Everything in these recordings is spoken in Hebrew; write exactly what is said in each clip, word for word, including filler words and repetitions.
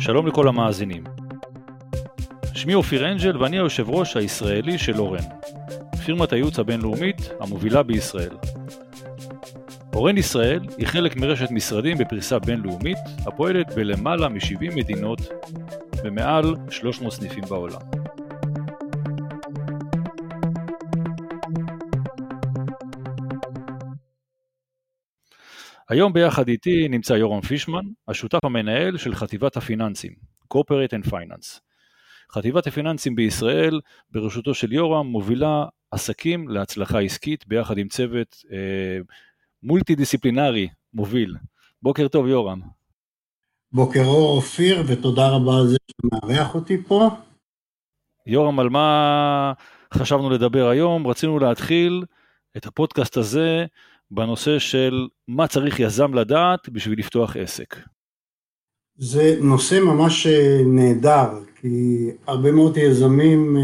שלום לכל המאזינים. שמי אופיר אנג'ל ואני היושב ראש הישראלי של אורן, פירמת הייעוץ הבינלאומית המובילה בישראל. אורן ישראל היא חלק מרשת משרדים בפריסה בינלאומית הפועלת בלמעלה מ-שבעים מדינות ומעל שלוש מאות סניפים בעולם. היום ביחד איתי נמצא יורם פישמן, השותף המנהל של חטיבת הפיננסים, Corporate and Finance. חטיבת הפיננסים בישראל, בראשותו של יורם, מובילה עסקים להצלחה עסקית ביחד עם צוות אה, מולטי דיסציפלינרי מוביל. בוקר טוב יורם. בוקר אור אופיר, ותודה רבה על זה שמארח אותי פה. יורם, על מה חשבנו לדבר היום? רצינו להתחיל את הפודקאסט הזה בנושא של מה צריך יזם לדעת בשביל לפתוח עסק. זה נושא ממש נהדר, כי הרבה מאוד יזמים,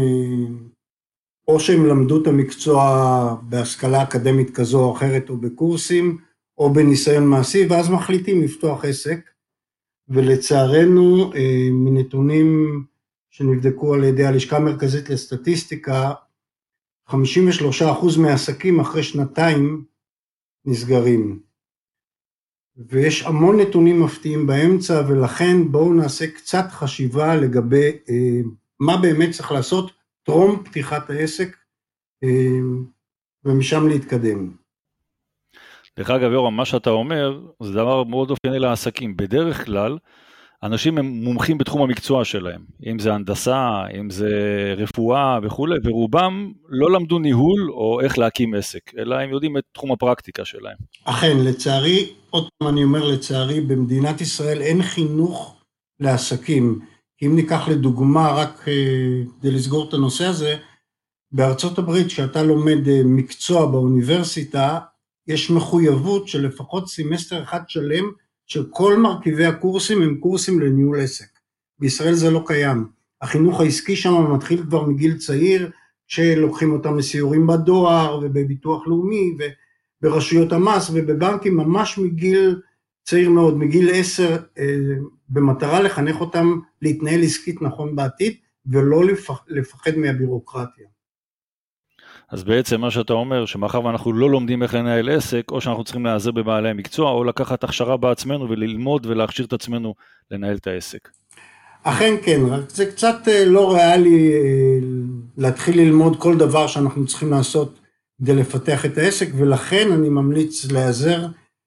או שהם למדו את המקצוע בהשכלה אקדמית כזו או אחרת, או בקורסים, או בניסיון מעשי, ואז מחליטים לפתוח עסק, ולצערנו, מנתונים שנבדקו על ידי הלשכה המרכזית לסטטיסטיקה, חמישים ושלושה אחוז מהעסקים אחרי שנתיים נסגרים. ויש המון נתונים מפתיעים באמצע, ולכן בואו נעשה קצת חשיבה לגבי אה, מה באמת צריך לעשות טרום פתיחת העסק, אה, ומשם להתקדם. דרך אגב יורם, מה שאתה אומר, זה דבר מאוד אופייני לעסקים. בדרך כלל, אנשים הם מומחים בתחום המקצוע שלהם, אם זה הנדסה, אם זה רפואה וכו', ורובם לא למדו ניהול או איך להקים עסק, אלא הם יודעים את תחום הפרקטיקה שלהם. אכן, לצערי, עוד פעם אני אומר לצערי, במדינת ישראל אין חינוך לעסקים. אם ניקח לדוגמה, רק כדי לסגור את הנושא הזה, בארצות הברית, כשאתה לומד מקצוע באוניברסיטה, יש מחויבות של לפחות סמסטר אחד שלם, שכל מרכיבי הקורסים הם קורסים לניהול עסק. בישראל זה לא קיים. החינוך העסקי שם מתחיל כבר מגיל צעיר, שלוקחים אותם לסיורים בדואר ובביטוח לאומי וברשויות המס ובבנקים, ממש מגיל צעיר מאוד, מגיל עשר, במטרה לחנך אותם להתנהל עסקית נכון בעתיד, ולא לפחד מהבירוקרטיה. אז בעצם מה שאתה אומר, שמאחר ואנחנו לא לומדים איך לנהל עסק, או שאנחנו צריכים להיעזר בבעלי המקצוע, או לקחת הכשרה בעצמנו וללמוד ולהכשיר את עצמנו לנהל את העסק. אכן כן, רק זה קצת לא ריאלי להתחיל ללמוד כל דבר שאנחנו צריכים לעשות כדי לפתח את העסק, ולכן אני ממליץ להיעזר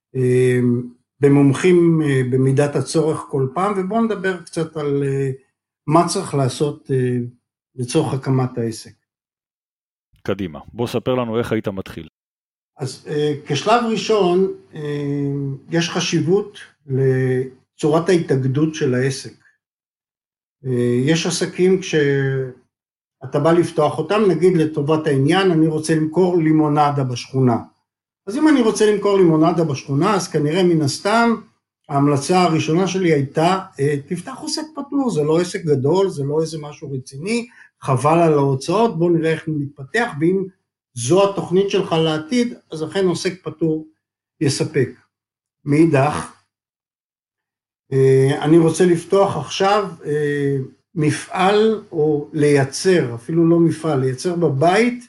במומחים במידת הצורך כל פעם, ובואו נדבר קצת על מה צריך לעשות לצורך הקמת העסק. קדימה, בוא ספר לנו איך היית מתחיל. אז כשלב ראשון, יש חשיבות לצורת ההתאגדות של העסק. יש עסקים כשאתה בא לפתוח אותם, נגיד לטובת העניין, אני רוצה למכור לימונדה בשכונה. אז אם אני רוצה למכור לימונדה בשכונה, אז כנראה מן הסתם, ההמלצה הראשונה שלי הייתה, תפתח עוסק פטור, זה לא עסק גדול, זה לא איזה משהו רציני, חבל על ההוצאות, בוא נראה איך נתפתח, ואם זו התוכנית שלך לעתיד, אז אכן עוסק פטור יספק. מאידך, אני רוצה לפתוח עכשיו מפעל או לייצר, אפילו לא מפעל, לייצר בבית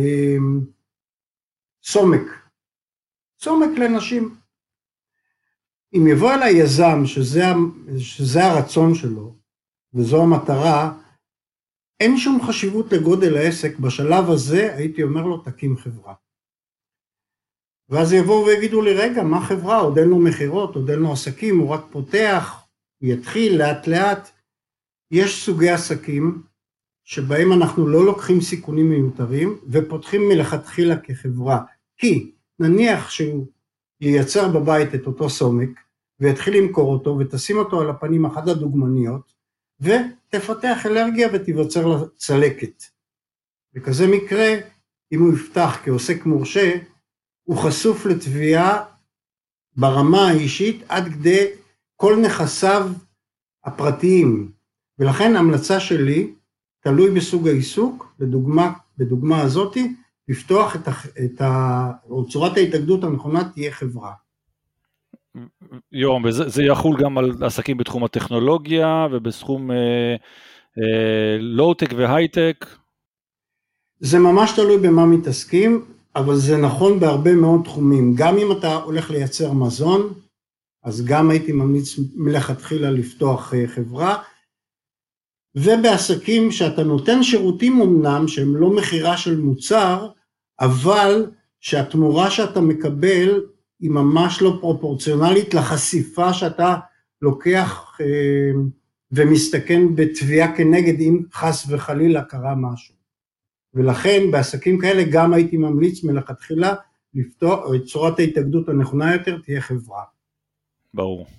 סומק, סומק לנשים. אם יבוא אליי יזם שזה, שזה הרצון שלו, וזו המטרה, אין שום חשיבות לגודל העסק, בשלב הזה הייתי אומר לו תקים חברה. ואז יבואו ויגידו לי, רגע, מה חברה? עוד אין לו מחירות, עוד אין לו עסקים, הוא רק פותח, הוא יתחיל לאט לאט. יש סוגי עסקים שבהם אנחנו לא לוקחים סיכונים מיותרים, ופותחים מלכתחילה כחברה. כי נניח שהוא ייצר בבית את אותו סומק, ויתחיל למכור אותו, ותשים אותו על הפנים אחת הדוגמניות, ותפתח אלרגיה ותיווצר לה צלקת. בכזה מקרה, אם הוא יפתח כעוסק מורשה, הוא חשוף לתביעה ברמה האישית עד כדי כל נכסיו הפרטיים. ולכן המלצה שלי, תלוי בסוג העיסוק, בדוגמה, בדוגמה הזאת, לפתוח את ה, את ה, או צורת ההתאגדות הנכונה תהיה חברה. יורם, וזה יחול גם על עסקים בתחום הטכנולוגיה ובתחום לואו-טק והייטק? זה ממש תלוי במה מתעסקים, אבל זה נכון בהרבה מאוד תחומים. גם אם אתה הולך לייצר מזון, אז גם הייתי ממליץ מלכתחילה לפתוח חברה, ובעסקים שאתה נותן שירותים אמנם, שהם לא מחירה של מוצר, אבל שהתמורה שאתה מקבל, היא ממש לא פרופורציונלית לחשיפה שאתה לוקח ומסתכן בתביעה כנגד אם חס וחלילה קרה משהו. ולכן בעסקים כאלה גם הייתי ממליץ מלכתחילה לפתוח, או את צורת ההתאגדות הנכונה יותר תהיה חברה. ברור.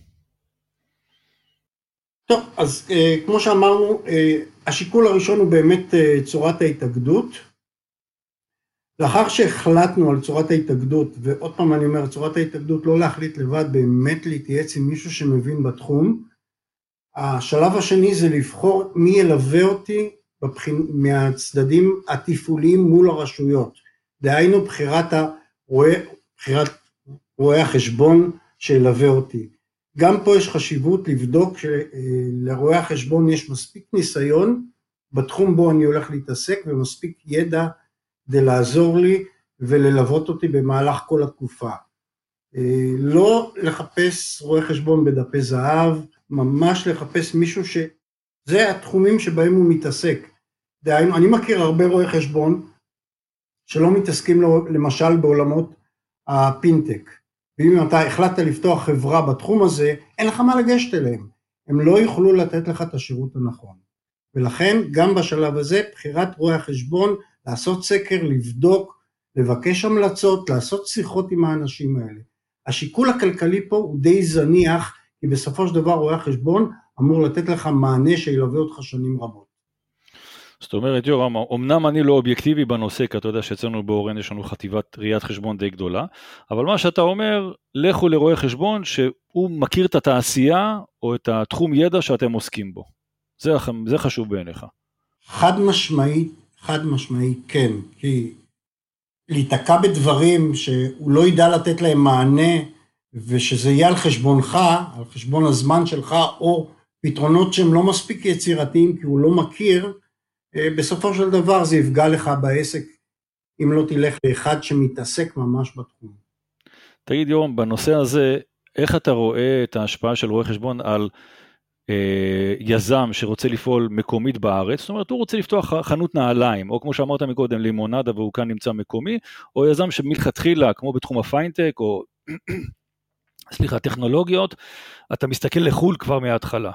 טוב, אז כמו שאמרנו, השיקול הראשון הוא באמת צורת ההתאגדות. לאחר שהחלטנו על צורת ההתאגדות, ועוד פעם אני אומר, צורת ההתאגדות לא להחליט לבד, באמת להתייעץ עם מישהו שמבין בתחום. השלב השני זה לבחור מי ילווה אותי בבחין, מהצדדים התפעוליים מול הרשויות. דהיינו בחירת הרואי, בחירת רואי החשבון שילווה אותי. גם פה יש חשיבות לבדוק שלרואי החשבון יש מספיק ניסיון בתחום בו אני הולך להתעסק, ומספיק ידע כדי לעזור לי וללוות אותי במהלך כל התקופה. לא לחפש רואה חשבון בדפי זהב, ממש לחפש מישהו שזה התחומים שבהם הוא מתעסק. דהיינו, אני מכיר הרבה רואי חשבון שלא מתעסקים לו, למשל בעולמות הפינטק, ואם אתה החלטת לפתוח חברה בתחום הזה, אין לך מה לגשת אליהם, הם לא יוכלו לתת לך את השירות הנכון. ולכן גם בשלב הזה, בחירת רואי החשבון, לעשות סקר, לבדוק, לבקש המלצות, לעשות שיחות עם האנשים האלה. השיקול הכלכלי פה הוא די זניח, כי בסופו של דבר רואי החשבון אמור לתת לך מענה שילווה אותך שנים רבות. זאת אומרת, יורם, אמנם אני לא אובייקטיבי בנושא, כי אתה יודע שאצלנו באורן יש לנו חטיבת ראיית חשבון די גדולה, אבל מה שאתה אומר, לכו לרואה חשבון שהוא מכיר את התעשייה, או את התחום ידע שאתם עוסקים בו. זה, זה חשוב בעיניך. חד משמעית, חד משמעית, כן, כי להיתקע בדברים שהוא לא ידע לתת להם מענה, ושזה יהיה על חשבונך, על חשבון הזמן שלך, או פתרונות שהם לא מספיק יצירתיים, כי הוא לא מכיר, בסופו של דבר זה יפגע לך בעסק, אם לא תלך לאחד שמתעסק ממש בתחום. תגיד יורם, בנושא הזה, איך אתה רואה את ההשפעה של רואה חשבון על אה, יזם שרוצה לפעול מקומית בארץ, זאת אומרת, הוא רוצה לפתוח חנות נעליים, או כמו שאמרת מקודם, לימונדה, והוא כאן נמצא מקומי, או יזם שמלכתחילה, כמו בתחום הפיינטק, או סליחה, טכנולוגיות, אתה מסתכל לחול כבר מההתחלה.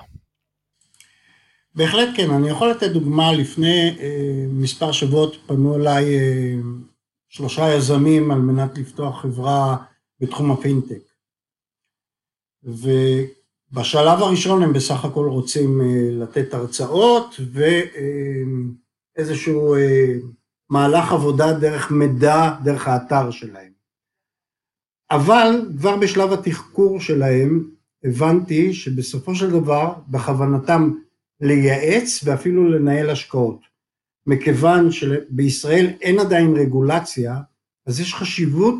בהחלט כן, אני יכול לתת דוגמה, לפני אה, מספר שבועות פנו אליי אה, שלושה יזמים על מנת לפתוח חברה בתחום הפינטק. ובשלב הראשון הם בסך הכל רוצים אה, לתת הרצאות ואיזשהו אה, אה, מהלך עבודה דרך מידע, דרך האתר שלהם. אבל כבר בשלב התחקור שלהם הבנתי שבסופו של דבר בכוונתם לייעץ ואפילו לנהל השקעות. מכיוון שבישראל אין עדיין רגולציה, אז יש חשיבות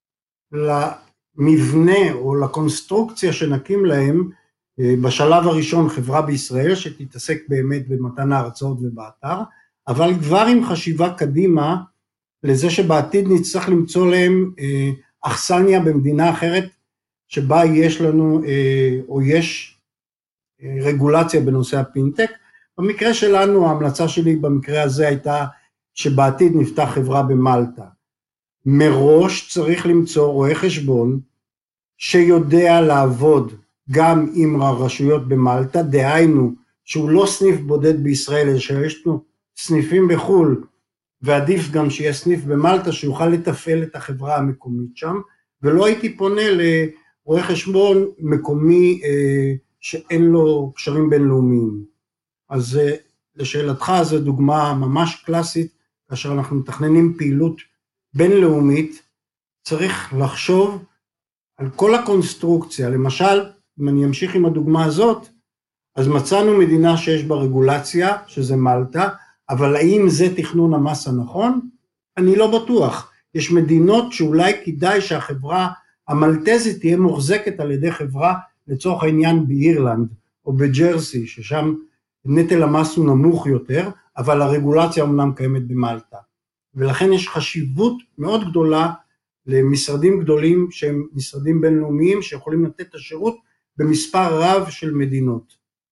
למבנה או לקונסטרוקציה שנקים להם בשלב הראשון חברה בישראל שתתעסק באמת במתן ההרצאות ובאתר, אבל כבר עם חשיבה קדימה לזה שבעתיד נצטרך למצוא להם אכסניה במדינה אחרת שבה יש לנו או יש רגולציה בנושא הפינטק. במקרה שלנו, ההמלצה שלי במקרה הזה הייתה שבעתיד נפתח חברה במלטה. מראש צריך למצוא רואה חשבון שיודע לעבוד גם עם הרשויות במלטה, דהיינו שהוא לא סניף בודד בישראל, אלא שיש לנו סניפים בחול, ועדיף גם שיהיה סניף במלטה שיוכל לתפעל את החברה המקומית שם, ולא הייתי פונה לרואה חשבון מקומי אה, שאין לו קשרים בינלאומיים. אז לשאלתך זו דוגמה ממש קלאסית, כאשר אנחנו מתכננים פעילות בינלאומית, צריך לחשוב על כל הקונסטרוקציה. למשל, אם אני אמשיך עם הדוגמה הזאת, אז מצאנו מדינה שיש בה רגולציה, שזה מלטה, אבל האם זה תכנון המס הנכון? אני לא בטוח. יש מדינות שאולי כדאי שהחברה המלטזית תהיה מוחזקת על ידי חברה, לצורך העניין באירלנד או בג'רסי, ששם נטל המס הוא נמוך יותר, אבל הרגולציה אומנם קיימת במלטה. ולכן יש חשיבות מאוד גדולה למשרדים גדולים שהם משרדים בינלאומיים שיכולים לתת את השירות במספר רב של מדינות.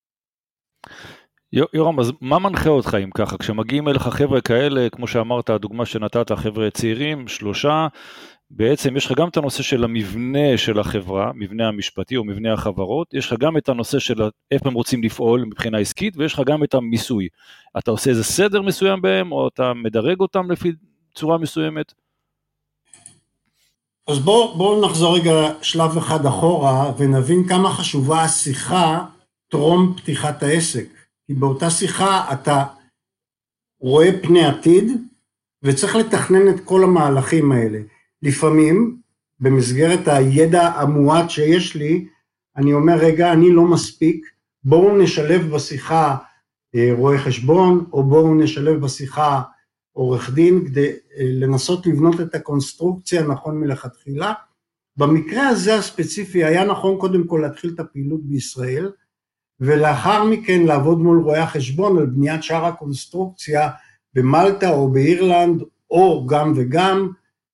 יורם, אז מה מנחה אותך אם ככה? כשמגיעים אליך חבר'ה כאלה, כמו שאמרת, הדוגמה שנתת, חבר'ה צעירים, שלושה, בעצם יש לך גם את הנושא של המבנה של החברה, מבנה המשפטי או מבנה החברות, יש לך גם את הנושא של איפה הם רוצים לפעול מבחינה עסקית, ויש לך גם את המיסוי. אתה עושה איזה סדר מסוים בהם, או אתה מדרג אותם לפי צורה מסוימת? אז בואו בוא נחזור רגע שלב אחד אחורה, ונבין כמה חשובה השיחה טרום פתיחת העסק. כי באותה שיחה אתה רואה פני עתיד, וצריך לתכנן את כל המהלכים האלה. לפעמים, במסגרת הידע המועט שיש לי, אני אומר, רגע, אני לא מספיק, בואו נשלב בשיחה רואה חשבון, או בואו נשלב בשיחה עורך דין, כדי לנסות לבנות את הקונסטרוקציה נכון מלכתחילה. במקרה הזה הספציפי, היה נכון קודם כל להתחיל את הפעילות בישראל, ולאחר מכן לעבוד מול רואי החשבון על בניית שאר הקונסטרוקציה במלטה או באירלנד, או גם וגם,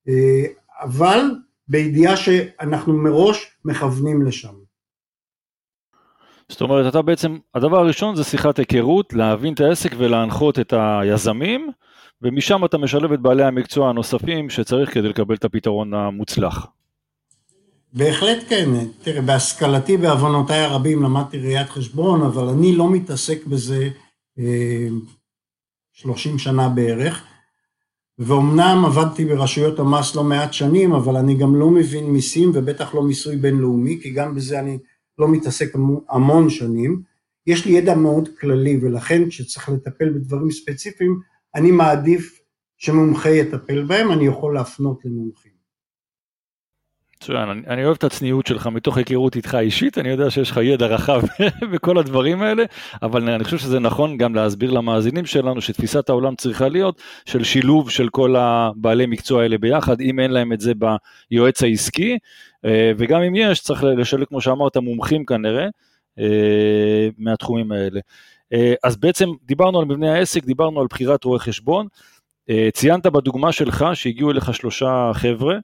אבל בידיעה שאנחנו מראש מכוונים לשם. זאת אומרת, אתה בעצם, הדבר הראשון זה שיחת היכרות, להבין את העסק ולהנחות את היזמים, ומשם אתה משלב את בעלי המקצוע הנוספים שצריך כדי לקבל את הפתרון המוצלח. בהחלט כן, תראה, בהשכלתי בעוונותיי הרבים למדתי ראיית חשבון, אבל אני לא מתעסק בזה אה, שלושים שנה בערך, ואומנם עבדתי ברשויות המס לא מעט שנים, אבל אני גם לא מבין מיסים, ובטח לא מיסוי בינלאומי, כי גם בזה אני לא מתעסק המון שנים. יש לי ידע מאוד כללי, ולכן כשצריך לטפל בדברים ספציפיים, אני מעדיף שמומחה יטפל בהם, אני יכול להפנות למומחים. אני, אני אוהב את הצניעות שלך מתוך היכרות איתך אישית, אני יודע שיש לך ידע רחב בכל הדברים האלה, אבל אני חושב שזה נכון גם להסביר למאזינים שלנו שתפיסת העולם צריכה להיות של שילוב של כל הבעלי מקצוע האלה ביחד, אם אין להם את זה ביועץ העסקי, וגם אם יש, צריך לשלב, כמו שאמרת, מומחים כנראה, מהתחומים האלה. אז בעצם דיברנו על מבנה העסק, דיברנו על בחירת רואה חשבון, ציינת בדוגמה שלך שהגיעו אליך שלושה חבר'ה,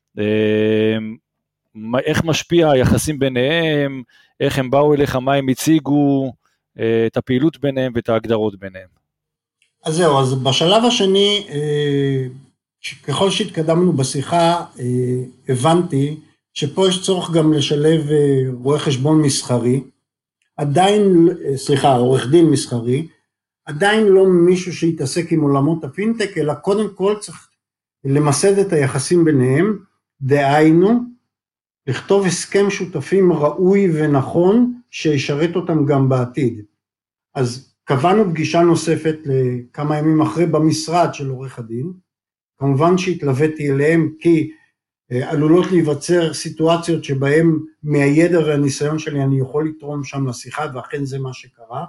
איך משפיע היחסים ביניהם, איך הם באו אליך, מה הם הציגו, את הפעילות ביניהם ואת ההגדרות ביניהם. אז זהו, אז בשלב השני, ככל שהתקדמנו בשיחה, הבנתי שפה יש צורך גם לשלב רואה חשבון מסחרי, עדיין, סליחה, עורך דין מסחרי, עדיין לא מישהו שיתעסק עם עולמות הפינטק, אלא קודם כל צריך למסד את היחסים ביניהם, דהיינו, לכתוב הסכם שותפים ראוי ונכון, שישרת אותם גם בעתיד. אז קבענו פגישה נוספת לכמה ימים אחרי במשרד של עורך הדין, כמובן שהתלוויתי אליהם כי עלולות להיווצר סיטואציות שבהם מהידע והניסיון שלי אני יכול לתרום שם לשיחה, ואכן זה מה שקרה.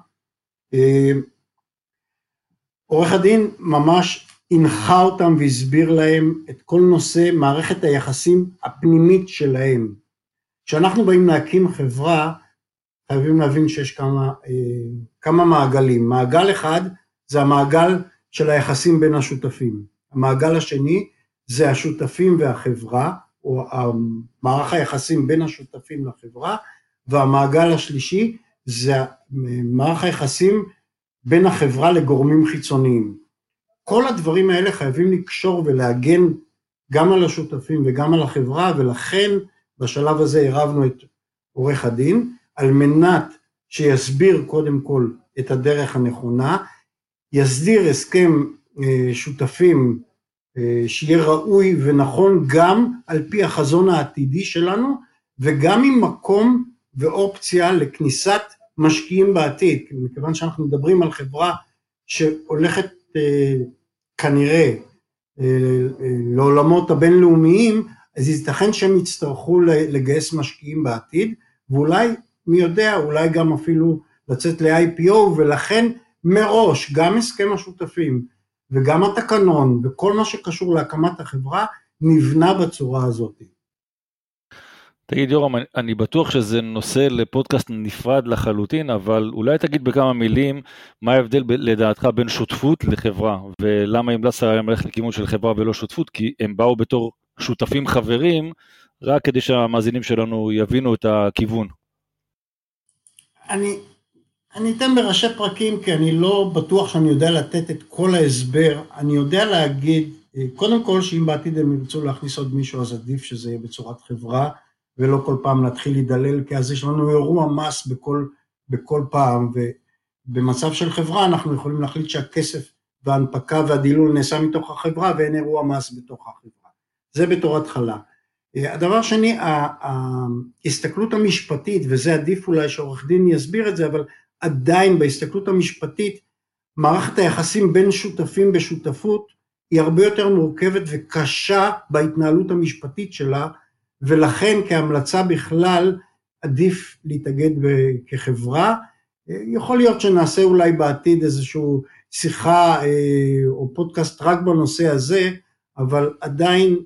עורך הדין ממש הנחה אותם והסביר להם את כל נושא מערכת היחסים הפנימית שלהם. כשאנחנו באים להקים חברה, חייבים להבין שיש כמה, כמה מעגלים. מעגל אחד זה המעגל של היחסים בין השותפים. המעגל השני זה השותפים והחברה, או מערך היחסים בין השותפים לחברה, והמעגל השלישי זה מערך היחסים בין החברה לגורמים חיצוניים. כל הדברים האלה חייבים לקשור ולהגן גם על השותפים וגם על החברה, ולכן בשלב הזה עירבנו את עורך הדין, על מנת שיסביר קודם כל את הדרך הנכונה, יסדיר הסכם שותפים שיהיה ראוי ונכון גם על פי החזון העתידי שלנו, וגם עם מקום ואופציה לכניסת משקיעים בעתיד, מכיוון שאנחנו מדברים על חברה שהולכת כנראה לעולמות הבינלאומיים, אז ייתכן שהם יצטרכו לגייס משקיעים בעתיד, ואולי, מי יודע, אולי גם אפילו לצאת ל-איי פי או, ולכן מראש, גם הסכם השותפים, וגם התקנון, וכל מה שקשור להקמת החברה, נבנה בצורה הזאת. תגיד יורם, אני, אני בטוח שזה נושא לפודקאסט נפרד לחלוטין, אבל אולי תגיד בכמה מילים מה ההבדל ב, לדעתך בין שותפות לחברה, ולמה המלצת להם ללכת לכיוון של חברה ולא שותפות, כי הם באו בתור שותפים חברים, רק כדי שהמאזינים שלנו יבינו את הכיוון. אני, אני אתן בראשי פרקים, כי אני לא בטוח שאני יודע לתת את כל ההסבר. אני יודע להגיד, קודם כל, שאם בעתיד הם ירצו להכניס עוד מישהו, אז עדיף שזה יהיה בצורת חברה, ולא כל פעם להתחיל להידלל, כי אז יש לנו אירוע מס בכל, בכל פעם, ובמצב של חברה אנחנו יכולים להחליט שהכסף וההנפקה והדילול נעשה מתוך החברה, ואין אירוע מס בתוך החברה. זה בתור התחלה. הדבר שני, ההסתכלות המשפטית, וזה עדיף אולי שעורך דין יסביר את זה, אבל עדיין בהסתכלות המשפטית, מערכת היחסים בין שותפים בשותפות, היא הרבה יותר מורכבת וקשה בהתנהלות המשפטית שלה, ולכן כהמלצה בכלל עדיף להתאגד כחברה. יכול להיות שנעשה אולי בעתיד איזושהי שיחה או פודקאסט רק בנושא הזה, אבל עדיין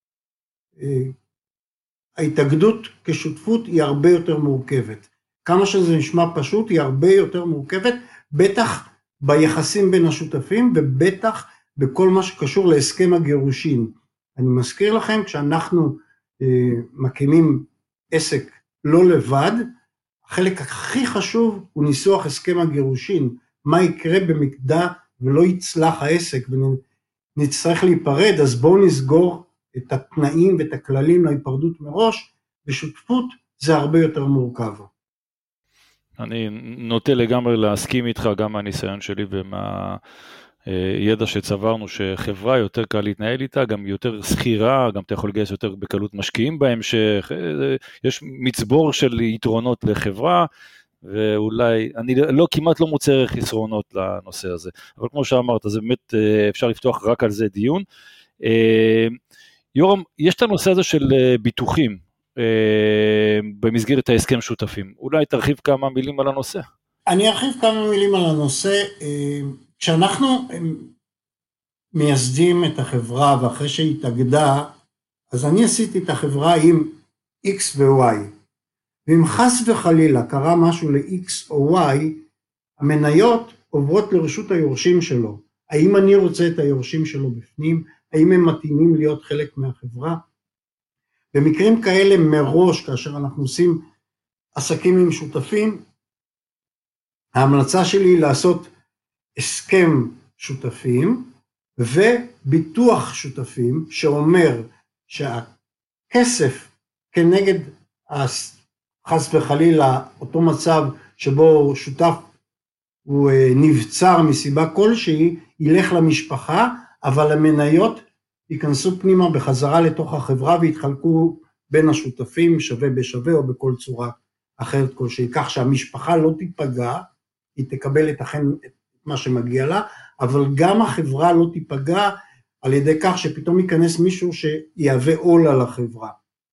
ההתאגדות כשותפות היא הרבה יותר מורכבת. כמה שזה נשמע פשוט, היא הרבה יותר מורכבת, בטח ביחסים בין השותפים, ובטח בכל מה שקשור להסכם הגירושין. אני מזכיר לכם, כשאנחנו אה, מקימים עסק לא לבד, החלק הכי חשוב הוא ניסוח הסכם הגירושין, מה יקרה במקדה ולא יצלח העסק, ונצטרך להיפרד, אז בואו נסגור את התנאים ואת הכללים להיפרדות מראש, בשותפות זה הרבה יותר מורכב. אני נוטה לגמרי להסכים איתך, גם מהניסיון שלי ומהידע שצברנו, שחברה יותר קל להתנהל איתה, גם יותר סחירה, גם אתה יכול לגייס יותר בקלות משקיעים בהמשך, יש מצבור של יתרונות לחברה, ואולי, אני לא, כמעט לא מוצא ערך חסרונות לנושא הזה, אבל כמו שאמרת, זה באמת אפשר לפתוח רק על זה דיון. יורם, יש את הנושא הזה של ביטוחים, במסגרת ההסכם שותפים. אולי תרחיב כמה מילים על הנושא. אני ארחיב כמה מילים על הנושא. כשאנחנו מייסדים את החברה, ואחרי שהיא התאגדה, אז אני עשיתי את החברה עם X ו-Y. ואם חס וחלילה קרה משהו ל-X או Y, המניות עוברות לרשות היורשים שלו. האם אני רוצה את היורשים שלו בפנים? האם הם מתאימים להיות חלק מהחברה? במקרים כאלה מראש, כאשר אנחנו עושים עסקים עם שותפים, ההמלצה שלי היא לעשות הסכם שותפים וביטוח שותפים, שאומר שהכסף כנגד חס וחלילה אותו מצב שבו שותף הוא נבצר מסיבה כלשהי, ילך למשפחה, אבל המניות ייכנסו פנימה בחזרה לתוך החברה והתחלקו בין השותפים שווה בשווה או בכל צורה אחרת כלשהי, כך שהמשפחה לא תיפגע, היא תקבל את אכן את מה שמגיע לה, אבל גם החברה לא תיפגע על ידי כך שפתאום ייכנס מישהו שיהווה עול על החברה.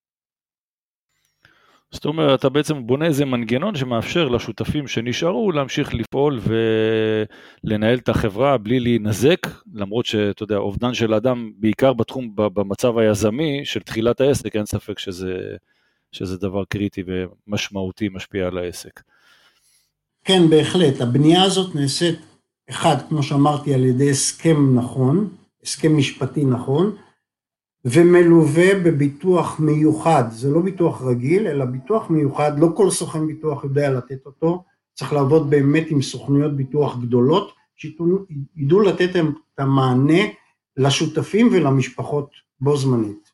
זאת אומרת, אתה בעצם בונה איזה מנגנון שמאפשר לשותפים שנשארו להמשיך לפעול ולנהל את החברה בלי להינזק, למרות שאתה יודע, אובדן של אדם, בעיקר בתחום, במצב היזמי של תחילת העסק, אין ספק שזה, שזה דבר קריטי ומשמעותי, משפיע על העסק. כן, בהחלט. הבנייה הזאת נעשית, אחד, כמו שאמרתי, על ידי הסכם נכון, הסכם משפטי נכון, ומלווה בביטוח מיוחד, זה לא ביטוח רגיל, אלא ביטוח מיוחד, לא כל סוכן ביטוח יודע לתת אותו, צריך לעבוד באמת עם סוכנויות ביטוח גדולות, שידעו לתת את המענה לשותפים ולמשפחות בו זמנית.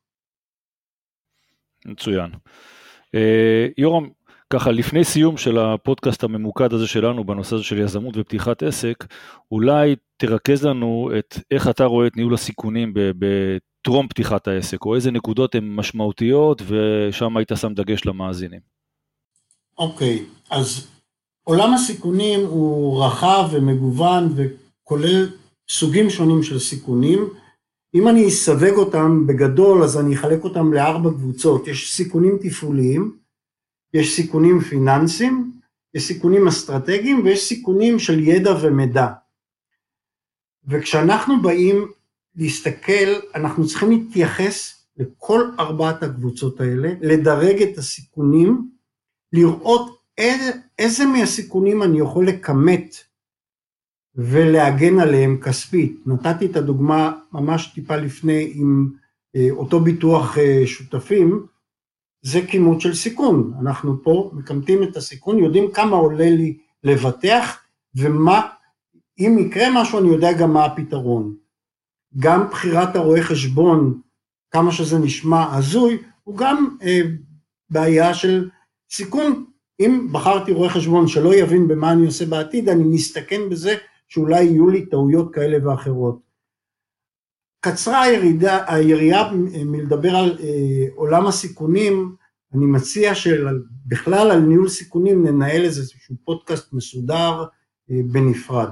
מצוין. יורם, ככה לפני סיום של הפודקאסט הממוקד הזה שלנו, בנושא הזה של יזמות ופתיחת עסק, אולי תרכז לנו את איך אתה רואה את ניהול הסיכונים בטרום פתיחת העסק, או איזה נקודות הן משמעותיות, ושם היית שם דגש למאזינים. אוקיי, אז עולם הסיכונים הוא רחב ומגוון, וכולל סוגים שונים של סיכונים. אם אני אסווג אותם בגדול, אז אני אחלק אותם לארבע קבוצות. יש סיכונים תפעוליים, יש סיכונים פיננסיים, יש סיכונים אסטרטגיים, ויש סיכונים של ידע ומידע. וכשאנחנו באים להסתכל, אנחנו צריכים להתייחס לכל ארבעת הקבוצות האלה, לדרג את הסיכונים, לראות איזה, איזה מהסיכונים אני יכול לקמת ולהגן עליהם כספית. נתתי את הדוגמה ממש טיפה לפני עם אה, אותו ביטוח אה, שותפים, זה כימות של סיכון. אנחנו פה מקמתים את הסיכון, יודעים כמה עולה לי לבטח, ומה, אם יקרה משהו אני יודע גם מה הפתרון. גם בחירת הרואה חשבון, כמה שזה נשמע הזוי, הוא גם אה, בעיה של סיכון. אם בחרתי רואה חשבון שלא יבין במה אני עושה בעתיד, אני מסתכן בזה שאולי יהיו לי טעויות כאלה ואחרות. קצרה הירידה, היריעה מלדבר על אה, עולם הסיכונים, אני מציע שבכלל על ניהול סיכונים ננהל איזשהו פודקאסט מסודר אה, בנפרד.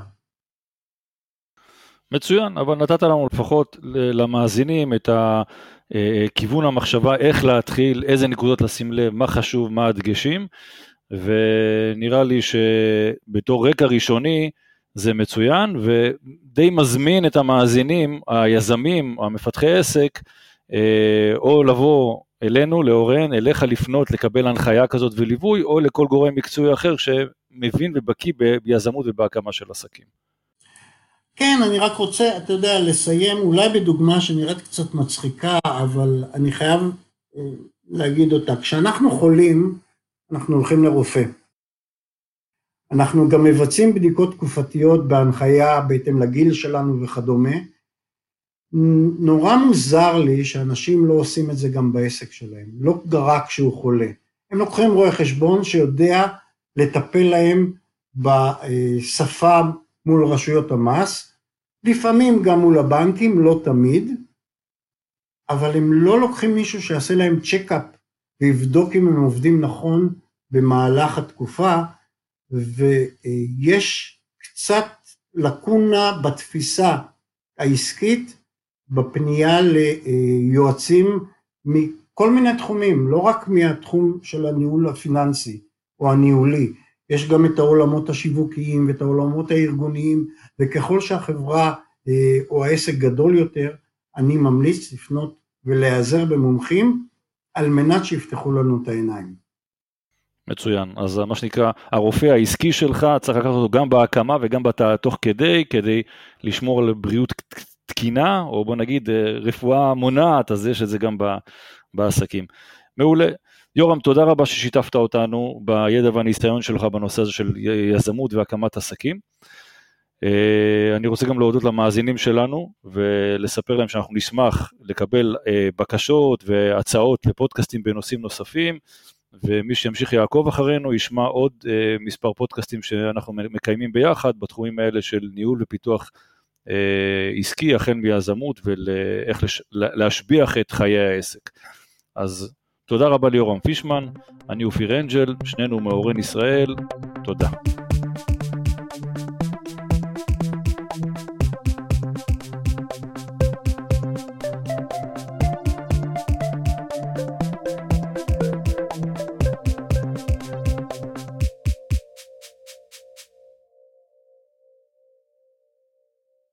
מצוין, אבל נתת לנו לפחות למאזינים את כיוון המחשבה, איך להתחיל, איזה נקודות לשים לב, מה חשוב, מה הדגשים, ונראה לי שבתור רקע ראשוני זה מצוין, ודי מזמין את המאזינים, היזמים, המפתחי עסק, או לבוא אלינו, לאורן, אליך לפנות, לקבל הנחיה כזאת וליווי, או לכל גורם מקצועי אחר שמבין ובקיא ביזמות ובהקמה של עסקים. כן, אני רק רוצה, אתה יודע, לסיים אולי בדוגמה שנראית קצת מצחיקה, אבל אני חייב להגיד אותה. כשאנחנו חולים, אנחנו הולכים לרופא. אנחנו גם מבצעים בדיקות תקופתיות בהנחיה בהתאם לגיל שלנו וכדומה. נורא מוזר לי שאנשים לא עושים את זה גם בעסק שלהם, לא רק כשהוא חולה. הם לוקחים רואה חשבון שיודע לטפל להם בשפה מול רשויות המס, לפעמים גם מול הבנקים, לא תמיד, אבל הם לא לוקחים מישהו שיעשה להם צ'קאפ ויבדוק אם הם עובדים נכון במהלך התקופה, ויש קצת לקונה בתפיסה העסקית, בפנייה ליועצים מכל מיני תחומים, לא רק מהתחום של הניהול הפיננסי או הניהולי, יש גם את העולמות השיווקיים ואת העולמות הארגוניים, וככל שהחברה או העסק גדול יותר, אני ממליץ לפנות ולהיעזר במומחים, על מנת שיפתחו לנו את העיניים. מצוין, אז מה שנקרא, הרופא העסקי שלך, צריך לקחת אותו גם בהקמה וגם תוך כדי, כדי לשמור על בריאות תקינה, או בוא נגיד רפואה מונעת, אז יש את זה גם בעסקים. מעולה. יורם, תודה רבה ששיתפת אותנו בידע והניסיון שלך בנושא הזה של יזמות והקמת עסקים. אני רוצה גם להודות למאזינים שלנו, ולספר להם שאנחנו נשמח לקבל בקשות והצעות לפודקאסטים בנושאים נוספים, ומי שימשיך יעקוב אחרינו ישמע עוד מספר פודקאסטים שאנחנו מקיימים ביחד, בתחומים האלה של ניהול ופיתוח עסקי, החל מיזמות, ואיך להשביח את חיי העסק. אז תודה רבה ליורם פישמן, אני אופיר אנג'ל, שנינו מאורן ישראל, תודה.